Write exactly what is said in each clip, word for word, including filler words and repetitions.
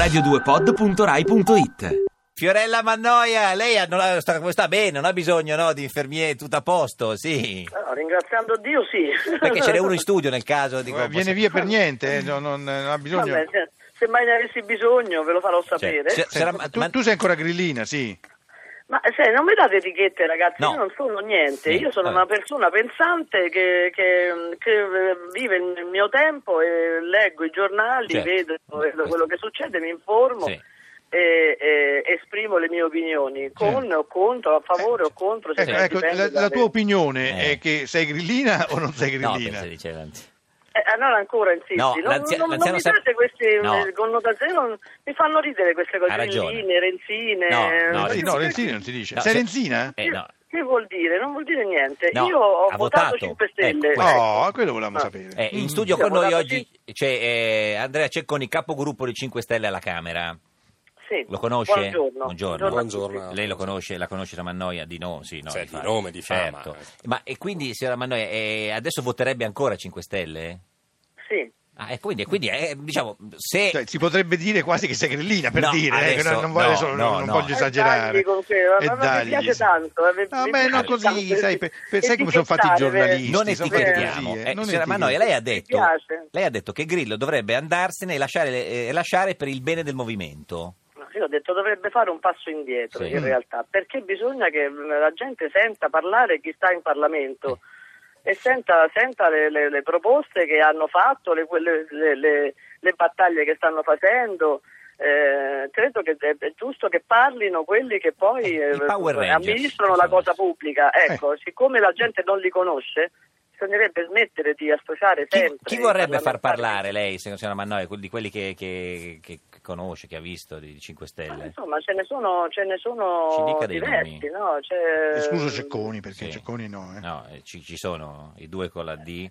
radio due pod punto rai punto it. Fiorella Mannoia, lei ha, non ha, sta, come sta bene, non ha bisogno, no, di infermieri, tutto a posto, sì. No, ringraziando Dio, sì. Perché ce n'è uno in studio nel caso. Dico, Viene posso... via per niente, eh, non, non, non ha bisogno. Vabbè, se, se mai ne avessi bisogno ve lo farò sapere. Cioè, se- Senti, sarà- tu, ma- tu sei ancora grillina, sì. Ma se, non mi date etichette, ragazzi, No. io non sono niente, Niente, io sono vabbè. una persona pensante che, che, che vive il mio tempo e leggo i giornali, Certo. vedo, vedo quello che succede, mi informo. Sì. E, e esprimo le mie opinioni con o contro, a favore o contro. se Ecco, ne ecco, dipende la, la dalle- tua opinione Eh. è che sei grillina o non sei No, grillina? pensa, diceva, anzi. Eh, allora ancora insisti, No, non, l'anzia- non, non l'anziano mi sa- date queste No. eh, connotazioni, non- mi fanno ridere queste cose, Ha ragione. grilline, renzine. No, no, Sì, Renzi- no, Lenzina non si dice. No, sei se- Lenzina? Eh, no. Che vuol dire? Non vuol dire niente. No, Io ho ha votato votato. cinque Stelle. Ecco, Oh, quello volevamo Ah. sapere. Eh, in Mm. studio Siamo con noi dati- oggi c'è eh, Andrea Cecconi, capogruppo dei cinque Stelle alla Camera. Sì. Lo conosce? Buongiorno. Buongiorno. Buongiorno. Lei lo conosce, la conosce la Mannoia di no? Sì, no, Cioè, di fama. nome, di fama. Certo. Ma e quindi, signora Mannoia, eh, adesso voterebbe ancora cinque Stelle? Sì. Ah, e quindi, quindi eh, diciamo, se... Cioè, si potrebbe dire quasi che sei grillina, per No, dire, eh, che adesso non, non voglio, no, adesso- no, non no. voglio Eh, esagerare. dagli con que- E ma- ma mi dagli, piace sì. tanto, eh, mi- No, mi beh, no, piace così, tanto sai, per- per- sai come sono fatti i etichettare, giornalisti. non sono fatti etichetiamo. così, eh, Eh, non signora etichetti- Mannoia, lei ha Mi detto, piace. lei ha detto che Grillo dovrebbe andarsene e lasciare, eh, lasciare per il bene del movimento. Io ho detto dovrebbe fare un passo indietro Sì. in realtà, perché bisogna che la gente senta parlare chi sta in Parlamento e senta, senta le, le- le proposte che hanno fatto, le, quelle- le- le- le battaglie che stanno facendo. Eh, credo che è, è giusto che parlino quelli che poi Eh, i eh, Power Rangers, amministrano la insomma. cosa pubblica. Ecco, siccome la gente non li conosce, bisognerebbe smettere di associare Chi, sempre. chi i vorrebbe far parlamentari. parlare lei, signora Mannoia, di quelli che, che- che conosce, che ha visto di cinque Ma Stelle? insomma, ce ne sono, ce ne Ci sono dica dei diversi, nomi. no? C'è- Escluso Cecconi, perché Sì. Cecconi no. Eh. No, eh, ci, ci sono i due con la D.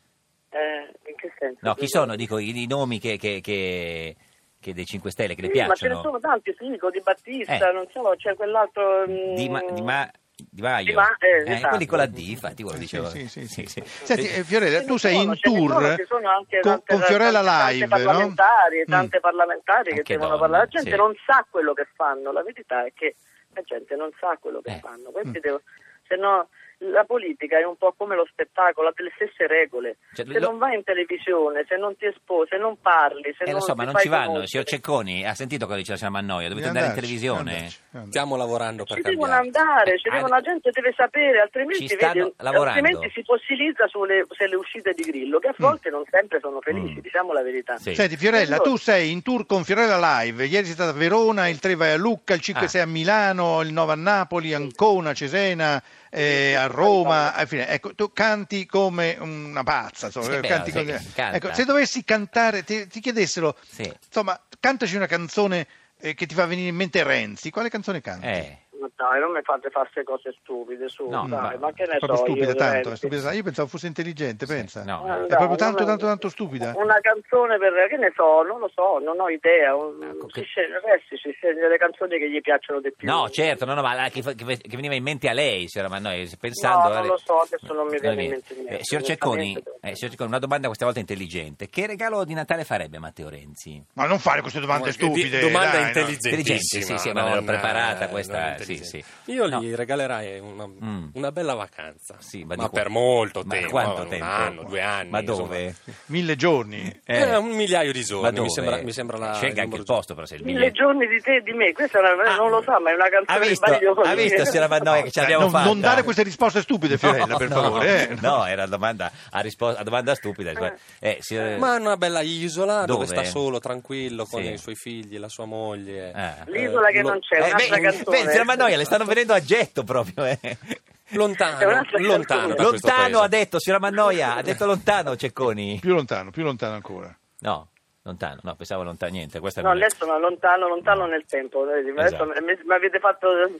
Eh, in che senso? No, chi sono, dico, i, i nomi che, che, che, che dei cinque Stelle, che le Sì, ma ce ne piacciono? sono tanti, Fico, Di Battista, Eh. non so, c'è quell'altro... mm, Di, Ma, di, Ma, di Maio? Di Ma- eh, esatto. quelli con la D, infatti, quello Sì, dicevo. sì, sì, sì. Sì, sì. Senti, eh, Fiorella, ce tu ne sei sono, in ce ne sono, tour ci sono anche con, tante- con Fiorella tante Live, parlamentari, no? tante parlamentari che Anche devono donne, parlare. La gente sì. non sa quello che fanno, la verità è che la gente non sa quello che Eh. fanno. Questi devo- se no, la politica è un po' come lo spettacolo, ha delle stesse regole. Cioè, se lo- non vai in televisione, se non ti esponi, se non parli, se Eh, non lo so, ma ti non fai ci vanno. conoscere. Signor Cecconi, ha sentito cosa dice la signora Mannoia? Dovete Devi andare in andarci, televisione? andarci, andarci. Stiamo lavorando per Ci devono cambiare. andare, ci Eh, devono- ah, la gente deve sapere, altrimenti, ci stanno vedi, lavorando. altrimenti si fossilizza sulle, sulle uscite di Grillo, che a volte non sempre sono felici, Mm. diciamo la verità. Sì. Senti Fiorella, tu sei in tour con Fiorella Live, ieri sei stata a Verona, il tre vai a Lucca, il cinque Ah. sei a Milano, il nove a Napoli, Ancona, Cesena, eh, a Roma, alla fine. Ecco, tu canti come una pazza, insomma, Sì, beh, canti sì, come- canta. Ecco, se dovessi cantare, ti, ti chiedessero, Sì. insomma, cantaci una canzone eh, che ti fa venire in mente Renzi, quale canzone canti? Eh. Ma dai, non mi fate fare queste cose stupide, su, No, dai, ma- ma che ne È proprio so stupida io, tanto, veramente. è stupida. Io pensavo fosse intelligente, pensa. no. Ma È dai, proprio tanto, non- tanto, tanto stupida. Una canzone per, che ne so, non lo so, non ho idea, un- Ecco, si che- sceglie, resti, si sceglie le canzoni che gli piacciono di più. No, certo, no, no, ma la- che, fa- che fa- che veniva in mente a lei, signora Mannoia, pensando... No, non lo so, adesso non mi viene in mente niente, Eh, signor Cecconi, onestamente. eh, signor Cecconi, una domanda questa volta intelligente. Che regalo di Natale farebbe Matteo Renzi? Ma non fare queste domande Di- stupide. domanda dai, no. intelligentissima. Intelligente, sì, sì, ma l'ero non, preparata eh, questa, non sì, intelligente. sì. Io No. gli regalerei una, Mm. una bella vacanza. Sì, ma ma di qua- per molto ma tempo. quanto un tempo? anno, due anni. Ma insomma. dove? Mille giorni. Eh, Eh, un migliaio di ma giorni, dove? mi sembra, mi sembra la... Scelga il anche il numero posto, però, se il Mille biglietto... giorni di te e di me, questa è una, Ah. non lo so, ma è una Ha canzone visto, sbagliosa. ha visto, signora Mannoia, che ci Dai, abbiamo non, fatta? non dare queste risposte stupide, Fiorella, per No, favore. eh. No, era domanda a, risposta, a domanda stupida. Eh, signor- Ma è una bella isola Dove? dove sta solo, tranquillo, con Sì. i suoi figli, la sua moglie. Ah. L'isola che lo- non c'è, Eh, un'altra beh, canzone. beh, signora Mannoia, le stanno venendo a getto proprio. Eh. È Lontano, un'altra lontano canzone. da questo Lontano paese. ha detto, signora Mannoia, ha detto lontano Cecconi. Più lontano, più lontano ancora. No, lontano, no, pensavo lontano, niente. Questa No, non è- adesso no, lontano, lontano nel tempo. Vedi, ma Esatto. adesso mi, mi avete fatto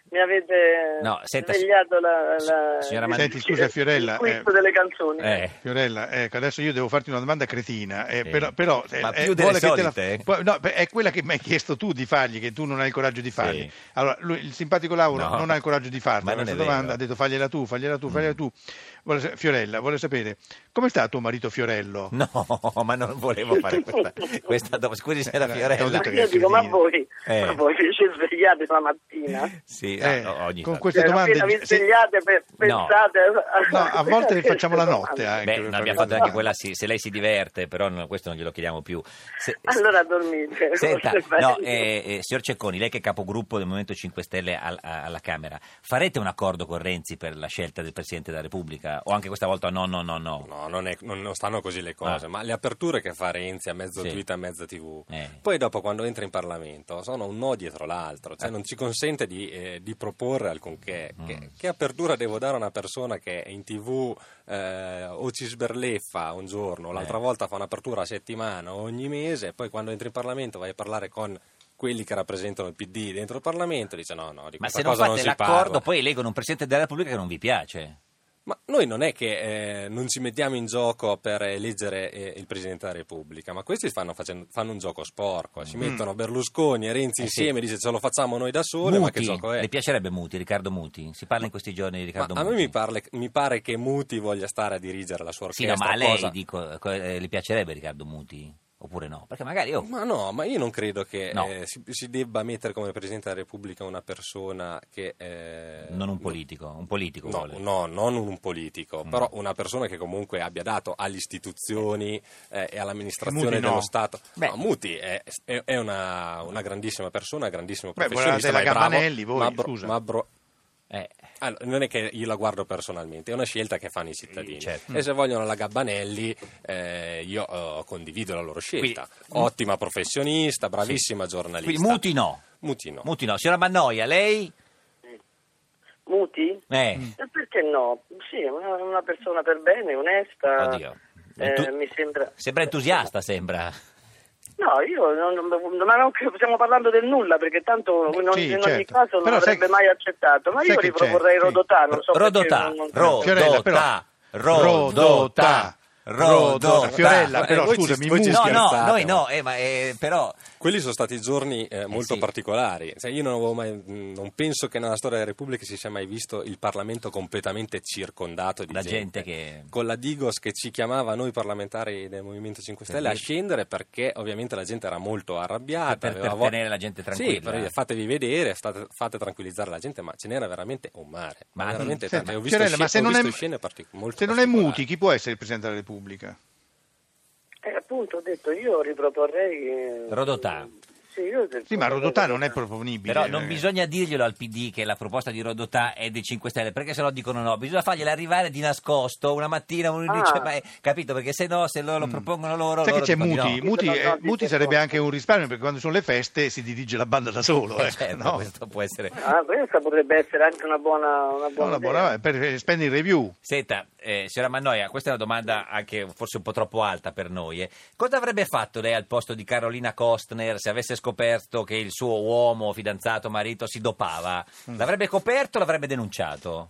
mi avete No, senta, svegliato la, la, signora il- Man- Senti, scusa, il- Fiorella, il quiz eh, delle canzoni. Eh. Fiorella, ecco, adesso io devo farti una domanda cretina, eh, Sì. però, però, eh, Ma eh, più delle vuole che te la- solite? poi- no, beh, è quella che mi hai chiesto tu di fargli, che tu non hai il coraggio di fargli. Sì. Allora, lui- il simpatico Lauro No. non ha il coraggio di farla Ma non questa è vero. domanda, ha detto fagliela tu, fagliela tu, fagliela tu. Vuole sa- Fiorella, vuole sapere, come sta tuo marito Fiorello? No, ma non volevo fare questa, questa domanda. Scusi, signora Eh, Fiorella. t'ho detto Ma che io dico, ma cretino. voi, Eh. ma voi vi ci svegliate la mattina? Sì, Eh, ah, ogni con tanto. queste Cioè, domande... appena vi se- svegliate, pe- No. pensate... No, a volte le facciamo la queste notte domande. anche. Beh, per no, fare abbiamo queste fatto anche domande. quella, sì, se lei si diverte, però no, questo non glielo chiediamo più. Se- Allora dormite. Senta, forse è no, meglio. eh, eh, signor Cecconi, lei che è capogruppo del Movimento cinque Stelle al- a- alla Camera, farete un accordo con Renzi per la scelta del Presidente della Repubblica? O anche questa volta no, no, no, no? No, non, è- non- non stanno così le cose, Ah. ma le aperture che fa Renzi a mezzo Sì. Twitter, a mezzo tivù, Eh. poi dopo quando entra in Parlamento sono un no dietro l'altro, cioè Eh. non ci consente di, eh, di proporre alcunché. Mm. Che, che apertura devo dare a una persona che in tivù eh, o ci sberleffa un giorno, l'altra Eh. volta fa un'apertura a settimana o ogni mese, e poi quando entri in Parlamento vai a parlare con quelli che rappresentano il P D dentro il Parlamento, dice no, no, di Ma questa se non cosa non fate si l'accordo, parla. poi eleggono un Presidente della Repubblica che non vi piace. Ma noi non è che eh, non ci mettiamo in gioco per eleggere eh, il Presidente della Repubblica, ma questi fanno, facendo- fanno un gioco sporco, si mettono Berlusconi e Renzi Mm. Eh sì. insieme, dice ce lo facciamo noi da soli, ma che Muti, gioco è? le piacerebbe Muti, Riccardo Muti? Si parla in questi giorni di Ma Riccardo a me Muti. mi, parle- mi pare che Muti voglia stare a dirigere la sua Sì, orchestra. no, ma a lei cosa- dico, co- eh, le piacerebbe Riccardo Muti? Oppure no? Perché magari io... Ma no, ma io non credo che No. eh, si, si debba mettere come Presidente della Repubblica una persona che... eh, Non un politico, un politico No, vuole. no, non un politico, Mm. però una persona che comunque abbia dato alle istituzioni eh, e all'amministrazione Muti no. dello Stato. Beh. No, Muti è, è- è una, una grandissima persona, un grandissimo Beh, professionista. volevate la ma è bravo, Gabanelli, voi, ma bro- scusa. ma bro- Eh, allora, non è che io la guardo personalmente, è una scelta che fanno i cittadini. certo. E se vogliono la Gabbanelli, eh, io eh, condivido la loro scelta. Ottima professionista, bravissima giornalista. quindi Muti no. Muti no. Muti no. Signora Mannoia, lei? Muti? Eh, E perché no? Sì, una, una persona per bene, onesta. oddio. eh, Tu- mi sembra... Sembra entusiasta, sembra. No, io non, non- ma non che stiamo parlando del nulla, perché tanto in, ogni- sì, in ogni certo. caso non Però sai avrebbe che- mai accettato. Ma sai io che riproporrei c'è, sì. Rodotà, non so Rodotà, perché non- Rodotà, Fiorella, però- Rodotà, Rodotà. Fiorella, Eh, però voi ci- scusami, voi ci Muti- No, no, scherzate, noi ma- no, eh, ma eh, però... Quelli sono stati giorni eh, molto sì. particolari. Cioè, io non avevo mai, mh, non penso che nella storia della Repubblica si sia mai visto il Parlamento completamente circondato di La gente che- Con la Digos che ci chiamava noi parlamentari del Movimento cinque Stelle a Sì. scendere perché ovviamente la gente era molto arrabbiata. Per- per aveva vo- tenere la gente tranquilla. Sì, per dire, fatevi vedere, state- fate tranquillizzare la gente, ma ce n'era veramente un mare. Ma- Ma veramente Senta, tante. Ho visto, Fiorella, ma scene, se ho non visto è- scene partic- molto Se non è particolari. Muti, chi può essere il Presidente della Repubblica? Eh, appunto ho detto, io riproporrei... eh, Rodotà. Sì, io Sì, ma Rodotà non è proponibile. Però non eh. bisogna dirglielo al P D che la proposta di Rodotà è dei cinque Stelle, perché sennò dicono no, bisogna fargliela arrivare di nascosto una mattina, uno Ah. dice, ma è- capito? Perché se no, se lo, lo propongono loro... Mm. Sai che loro c'è dicono di Muti? no. Muti, No, eh, no, Muti sì, sarebbe sì. anche un risparmio perché quando sono le feste si dirige la banda da solo. Eh, eh, certo, no? questo può essere... Ah, questa potrebbe essere anche una buona, una buona Una idea. buona- per spending review. Senta, eh, signora Mannoia, questa è una domanda anche forse un po' troppo alta per noi. eh. Cosa avrebbe fatto lei al posto di Carolina Kostner se avesse scoperto che il suo uomo, fidanzato, marito si dopava? L'avrebbe coperto o l'avrebbe denunciato?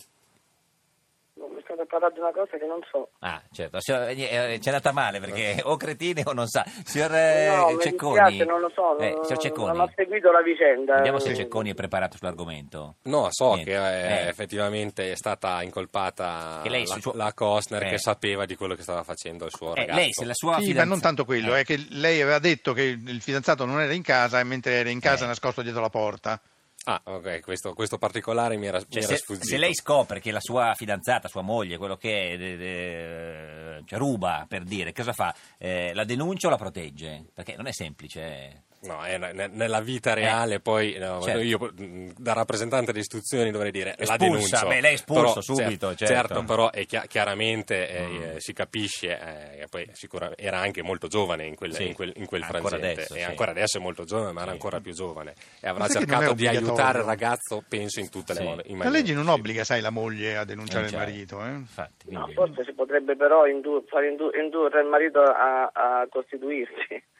Non mi state parlando di una cosa che non so. Ah, certo, signora- eh, eh, c'è andata male perché o cretini o non sa. Signor eh, no, mi Cecconi, dispiace, non lo so, eh, non, signor Cecconi, non ho seguito la vicenda. vediamo se Eh, Cecconi è preparato sull'argomento. No, so Niente. che eh, Eh. effettivamente è stata incolpata Che lei la, sul suo- la Costner Eh. che sapeva di quello che stava facendo il suo Eh, ragazzo. lei, se la sua Sì, ma fidanza- non tanto quello, Eh. è che lei aveva detto che il fidanzato non era in casa e mentre era in casa Eh. nascosto dietro la porta. Ah, ok, questo, questo particolare mi era, mi Cioè, era se, sfuggito. se lei scopre che la sua fidanzata, sua moglie, quello che è, de- de- cioè, ruba, per dire, cosa fa? Eh, la denuncia o la protegge? Perché non è semplice. eh. No, è ne- nella vita reale poi no, certo. io mh, da rappresentante delle istituzioni dovrei dire la Espulsa, denuncio. beh, lei è espulso Però, subito, cer- certo. certo, però è chia- chiaramente eh, Mm. eh, si capisce eh, che poi sicura- era anche molto giovane in quel, Sì, in quel, in quel ancora frangente adesso, e sì. ancora adesso è molto giovane, ma era Sì. ancora più giovane e avrà Ma sai che non cercato è di obbligatorio? aiutare il ragazzo, penso, in tutte Sì. le modi. in La maniere legge non possibili. obbliga, sai, la moglie a denunciare il Denunciare. marito. Eh? Infatti, No, quindi- forse si potrebbe però indu- far indu- indurre il marito a, a costituirsi.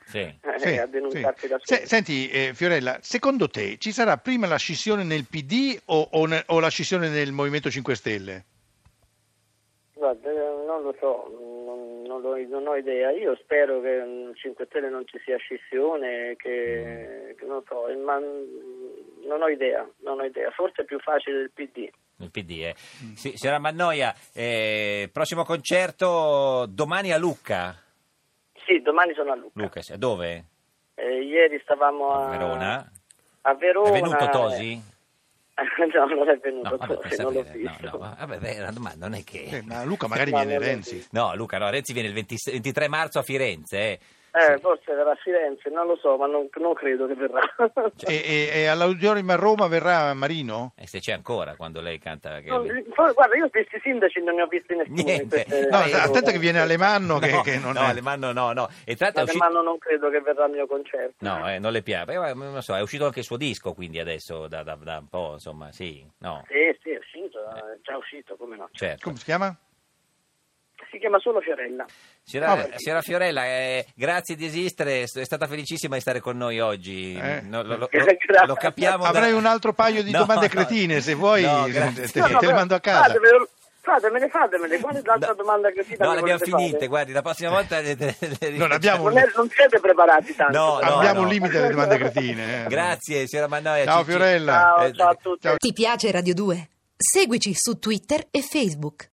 Sì. eh, Sì, a denunciarsi sì. da soli. Se- senti, eh, Fiorella, secondo te ci sarà prima la scissione nel P D o, o ne- o la scissione nel Movimento cinque Stelle? Guarda, eh, non lo so, non, non lo- non ho idea. Io spero che in cinque Stelle non ci sia scissione, che, che non so, ma non ho idea, non ho idea. Forse è più facile il P D. Il P D, eh. Sì, signora Mannoia, eh, prossimo concerto domani a Lucca. Sì, domani sono a Lucca. Lucca, sì. Dove? Eh, ieri stavamo a A Verona. A Verona. È venuto Tosi? No, non è venuto No, vabbè, Tosi, per non l'ho sapere. No, visto. no, vabbè, beh, è una domanda, non è che... Eh, ma a Luca magari No, viene non lo Renzi. No, Luca, no, Renzi viene il venti ventitré marzo a Firenze, eh. Eh, Sì. forse verrà a Firenze, non lo so, ma non, non credo che verrà. Cioè, E, e, e all'auditorium a Roma verrà Marino? E se c'è ancora quando lei canta... Che... Non- guarda, io questi sindaci non ne ho visti nessuno. in Niente. queste- No, Eh, attento che viene Alemanno che, no, che non no, è... Alemanno no, no. E tra l'altro è uscito... Alemanno non credo che verrà al mio concerto. No, eh, non le piace. Eh, non lo so, è uscito anche il suo disco, quindi adesso da, da- da un po', insomma, sì, no, Sì, sì, è uscito, è già uscito, come no. certo. Come si chiama? Si chiama solo Fiorella. Signora, Vabbè. signora Fiorella, eh, grazie di esistere, è stata felicissima di stare con noi oggi. Eh. No, lo, lo- Grazie. lo capiamo da- Avrei un altro paio di No, domande no. cretine, se vuoi No, te, grazie. te- No, te no, le però mando a casa. Fatemele, fatemele, fatemele. Qual è l'altra No, domanda che ti No, le abbiamo finite, guardi, la prossima volta... le- le- le- Non abbiamo Non, è- non siete preparati tanto. No, no, Abbiamo no. un limite alle domande cretine. eh. Grazie, signora Mannoia. Ciao ci- ci- Fiorella. Ciao, Eh, ciao a tutti. Ciao. Ti piace Radio due? Seguici su Twitter e Facebook.